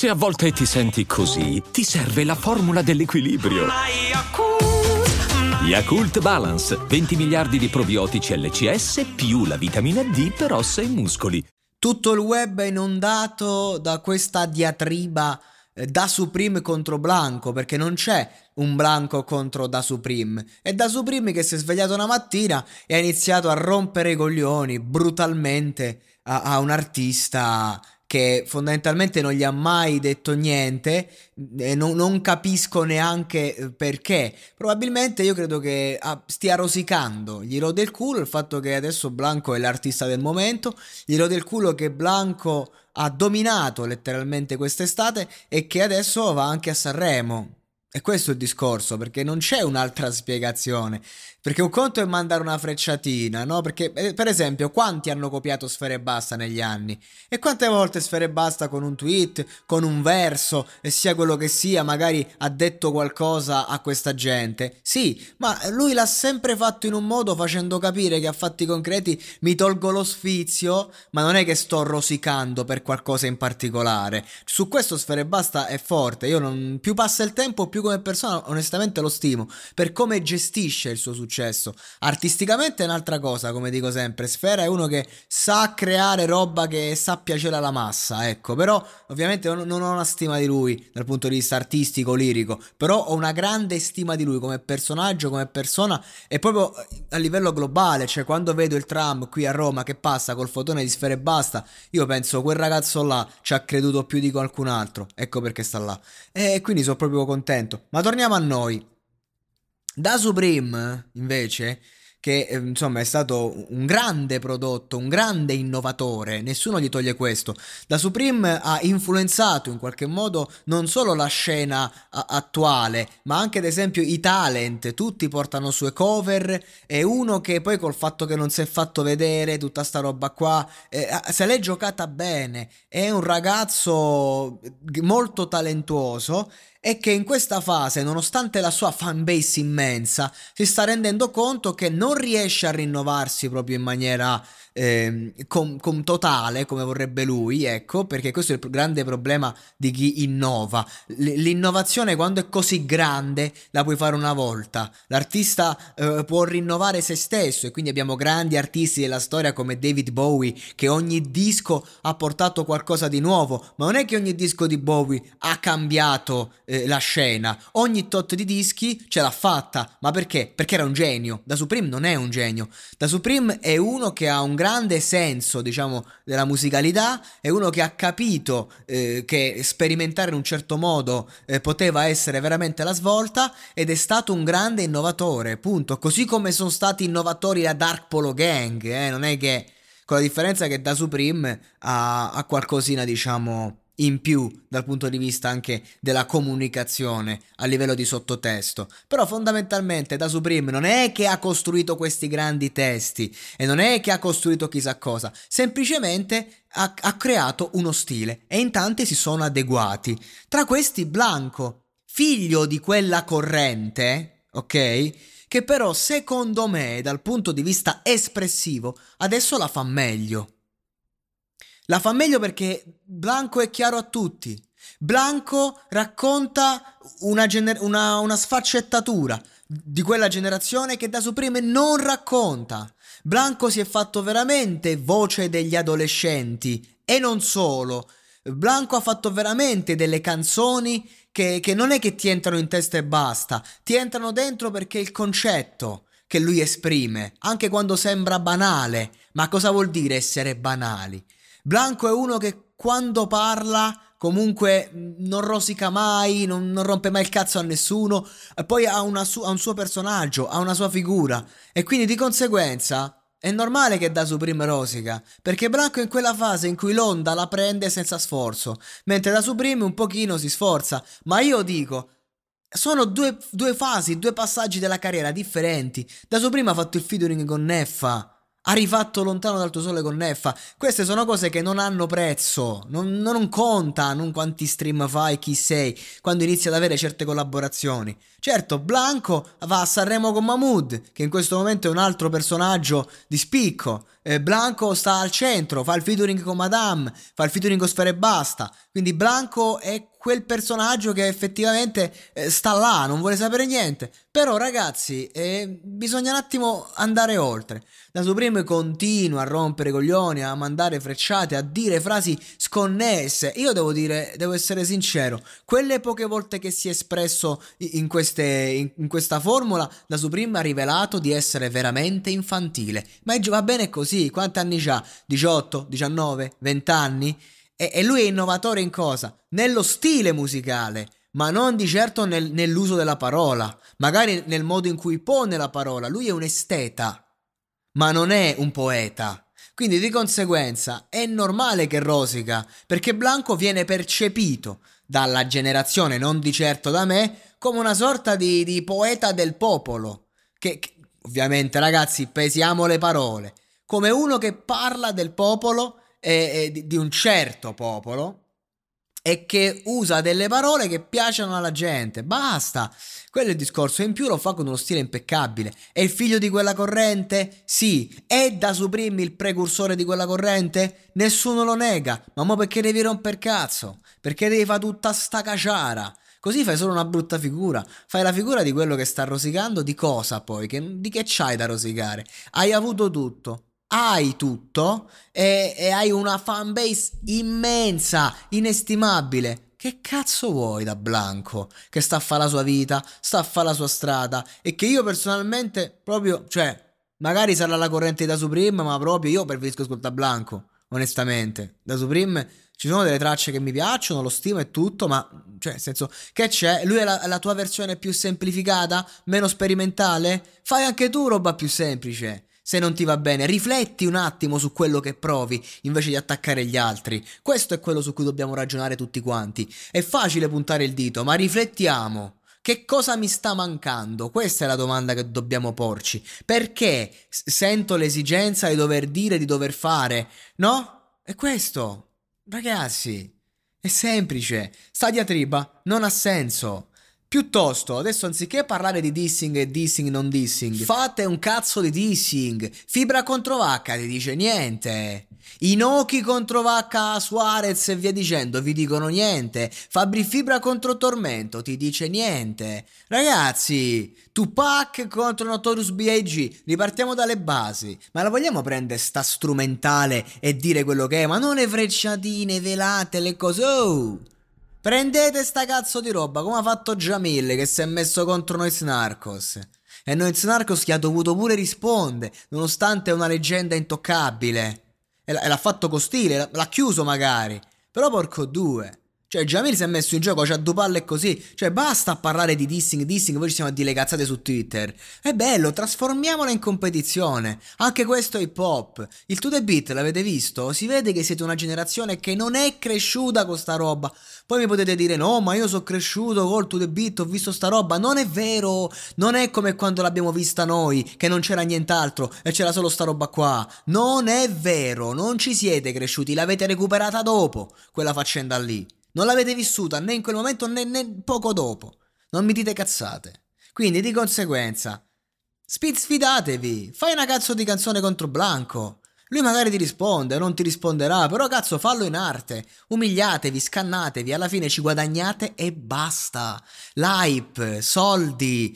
Se a volte ti senti così, ti serve la formula dell'equilibrio. Yakult Balance, 20 miliardi di probiotici LCS più la vitamina D per ossa e muscoli. Tutto il web è inondato da questa diatriba Da Supreme contro Blanco, perché non c'è un Blanco contro Da Supreme. È Da Supreme che si è svegliato una mattina e ha iniziato a rompere i coglioni brutalmente a un artista che fondamentalmente non gli ha mai detto niente e non capisco neanche perché. Probabilmente io credo che stia rosicando, gli rode il culo il fatto che adesso Blanco è l'artista del momento, gli rode il culo che Blanco ha dominato letteralmente quest'estate e che adesso va anche a Sanremo. E questo è il discorso, perché non c'è un'altra spiegazione. Perché un conto è mandare una frecciatina, no? Perché, per esempio, quanti hanno copiato Sfera Ebbasta negli anni? E quante volte Sfera Ebbasta con un tweet, con un verso, e sia quello che sia, magari ha detto qualcosa a questa gente? Sì, ma lui l'ha sempre fatto in un modo facendo capire che a fatti concreti mi tolgo lo sfizio, ma non è che sto rosicando per qualcosa in particolare. Su questo Sfera Ebbasta è forte, più passa il tempo, più come persona onestamente lo stimo, per come gestisce il suo successo. Artisticamente è un'altra cosa, come dico sempre. Sfera è uno che sa creare roba che sa piacere alla massa, ecco. Però ovviamente non ho una stima di lui dal punto di vista artistico, lirico, però ho una grande stima di lui come personaggio, come persona e proprio a livello globale. Cioè, quando vedo il tram qui a Roma che passa col fotone di Sfera Ebbasta, io penso quel ragazzo là ci ha creduto più di qualcun altro, ecco perché sta là. E quindi sono proprio contento. Ma torniamo a noi. Da Supreme, invece, che insomma è stato un grande prodotto, un grande innovatore, nessuno gli toglie questo. Da Supreme ha influenzato in qualche modo non solo la scena attuale, ma anche ad esempio i talent, tutti portano sue cover, è uno che poi col fatto che non si è fatto vedere, tutta sta roba qua, se l'è giocata bene, è un ragazzo molto talentuoso e che in questa fase, nonostante la sua fanbase immensa, si sta rendendo conto che non riesce a rinnovarsi proprio in maniera totale come vorrebbe lui, ecco, perché questo è il grande problema di chi innova. L'innovazione, quando è così grande, la puoi fare una volta. L'artista può rinnovare se stesso, e quindi abbiamo grandi artisti della storia come David Bowie, che ogni disco ha portato qualcosa di nuovo, ma non è che ogni disco di Bowie ha cambiato la scena. Ogni tot di dischi ce l'ha fatta. Ma perché? Perché era un genio. Da Supreme non è un genio. Da Supreme è uno che ha un grande senso, diciamo, della musicalità, è uno che ha capito che sperimentare in un certo modo poteva essere veramente la svolta, ed è stato un grande innovatore, punto. Così come sono stati innovatori la Dark Polo Gang, non è che, con la differenza che Da Supreme ha qualcosina, diciamo, in più dal punto di vista anche della comunicazione a livello di sottotesto. Però fondamentalmente Da Supreme non è che ha costruito questi grandi testi e non è che ha costruito chissà cosa, semplicemente ha creato uno stile e in tanti si sono adeguati. Tra questi Blanco, figlio di quella corrente, ok? Che però secondo me dal punto di vista espressivo adesso la fa meglio. La fa meglio perché Blanco è chiaro a tutti. Blanco racconta una sfaccettatura di quella generazione che Da Supreme non racconta. Blanco si è fatto veramente voce degli adolescenti e non solo. Blanco ha fatto veramente delle canzoni che non è che ti entrano in testa e basta, ti entrano dentro perché il concetto che lui esprime, anche quando sembra banale, ma cosa vuol dire essere banali? Blanco è uno che quando parla comunque non rosica mai, non rompe mai il cazzo a nessuno, e poi ha un suo personaggio, ha una sua figura, e quindi di conseguenza è normale che Da Supreme rosica, perché Blanco è in quella fase in cui l'onda la prende senza sforzo, mentre Da Supreme un pochino si sforza. Ma io dico, sono due fasi, due passaggi della carriera differenti. Da Supreme ha fatto il featuring con Neffa, Ha rifatto Lontano dal tuo sole con Neffa. Queste sono cose che non hanno prezzo. Non conta non quanti stream fai, chi sei, quando inizi ad avere certe collaborazioni. Certo, Blanco va a Sanremo con Mahmood, che in questo momento è un altro personaggio di spicco. Blanco sta al centro, fa il featuring con Madame, fa il featuring con Sfera Ebbasta. Quindi Blanco è quel personaggio che effettivamente sta là, non vuole sapere niente. Però ragazzi, bisogna un attimo andare oltre. La Supreme continua a rompere i coglioni, a mandare frecciate, a dire frasi sconnesse. Io devo dire, devo essere sincero, quelle poche volte che si è espresso in questa formula, la Supreme ha rivelato di essere veramente infantile. Ma va bene così, quanti anni c'ha? 18, 19, 20 anni? E lui è innovatore in cosa? Nello stile musicale, ma non di certo nell'uso della parola, magari nel modo in cui pone la parola. Lui è un esteta, ma non è un poeta. Quindi di conseguenza è normale che rosica, perché Blanco viene percepito dalla generazione, non di certo da me, come una sorta di poeta del popolo. Che ovviamente, ragazzi, pesiamo le parole. Come uno che parla del popolo di un certo popolo e che usa delle parole che piacciono alla gente. Basta, quello è il discorso. E in più lo fa con uno stile impeccabile. È il figlio di quella corrente? Sì. È Da Supreme il precursore di quella corrente? Nessuno lo nega. Ma mo perché devi romper cazzo? Perché devi fare tutta sta caciara? Così fai solo una brutta figura. Fai la figura di quello che sta rosicando. Di cosa poi? Di che c'hai da rosicare? Hai avuto tutto. Hai tutto e hai una fanbase immensa, inestimabile. Che cazzo vuoi da Blanco? Che sta a fare la sua vita, sta a fare la sua strada e che io personalmente proprio, cioè, magari sarà la corrente da Supreme, ma proprio io preferisco ascoltare Blanco, onestamente. Da Supreme ci sono delle tracce che mi piacciono, lo stimo e tutto, ma cioè, nel senso, che c'è? Lui è la tua versione più semplificata, meno sperimentale? Fai anche tu roba più semplice. Se non ti va bene, rifletti un attimo su quello che provi invece di attaccare gli altri. Questo è quello su cui dobbiamo ragionare tutti quanti. È facile puntare il dito, ma riflettiamo. Che cosa mi sta mancando? Questa è la domanda che dobbiamo porci. Perché sento l'esigenza di dover dire, di dover fare? No? È questo. Ragazzi, è semplice. Sta diatriba non ha senso. Piuttosto, adesso anziché parlare di dissing e dissing non dissing, fate un cazzo di dissing. Fibra contro Vacca ti dice niente. Inoki contro Vacca Suarez e via dicendo vi dicono niente. Fabri Fibra contro Tormento ti dice niente. Ragazzi, Tupac contro Notorious B.I.G. Ripartiamo dalle basi. Ma la vogliamo prendere sta strumentale e dire quello che è? Ma non le frecciatine velate, le cose. Oh! Prendete sta cazzo di roba, come ha fatto Jamil che si è messo contro Noiz Narcos. E Noiz Narcos gli ha dovuto pure rispondere, nonostante è una leggenda intoccabile. E l'ha fatto con stile, l'ha chiuso magari. Però porco due. Cioè Jamil si è messo in gioco, c'ha due palle così. Cioè basta parlare di dissing, poi ci siamo a dire le cazzate su Twitter. È bello, trasformiamola in competizione. Anche questo è hip hop. Il To The Beat l'avete visto? Si vede che siete una generazione che non è cresciuta con sta roba. Poi mi potete dire no, ma io sono cresciuto col To The Beat, ho visto sta roba. Non è vero, non è come quando l'abbiamo vista noi, che non c'era nient'altro e c'era solo sta roba qua. Non è vero, non ci siete cresciuti, l'avete recuperata dopo, quella faccenda lì. Non l'avete vissuta né in quel momento né poco dopo. Non mi dite cazzate. Quindi di conseguenza, sfidatevi, fai una cazzo di canzone contro Blanco. Lui magari ti risponde, non ti risponderà, però cazzo fallo in arte. Umiliatevi, scannatevi, alla fine ci guadagnate e basta. L'hype, soldi,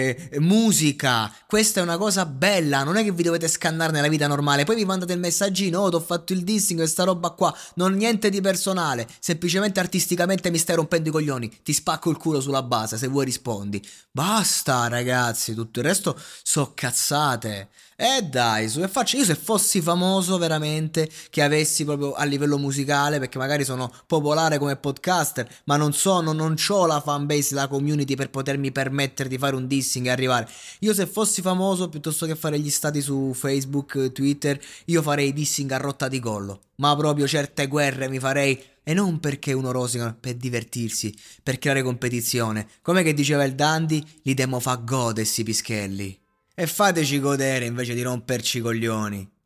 musica, questa è una cosa bella, non è che vi dovete scannare nella vita normale. Poi vi mandate il messaggino, oh, t'ho fatto il dissing e sta roba qua. Non niente di personale, semplicemente artisticamente mi stai rompendo i coglioni. Ti spacco il culo sulla base, se vuoi rispondi. Basta ragazzi, tutto il resto so cazzate. Dai, su che faccio? Io se fossi famoso veramente, che avessi proprio a livello musicale, perché magari sono popolare come podcaster, ma non c'ho la fanbase, la community per potermi permettere di fare un dissing e arrivare. Io se fossi famoso, piuttosto che fare gli stati su Facebook, Twitter, io farei dissing a rotta di collo. Ma proprio certe guerre mi farei. E non perché uno rosica, per divertirsi, per creare competizione. Come che diceva il Dandy, li demo fa gode sti pischelli. e fateci godere invece di romperci i coglioni.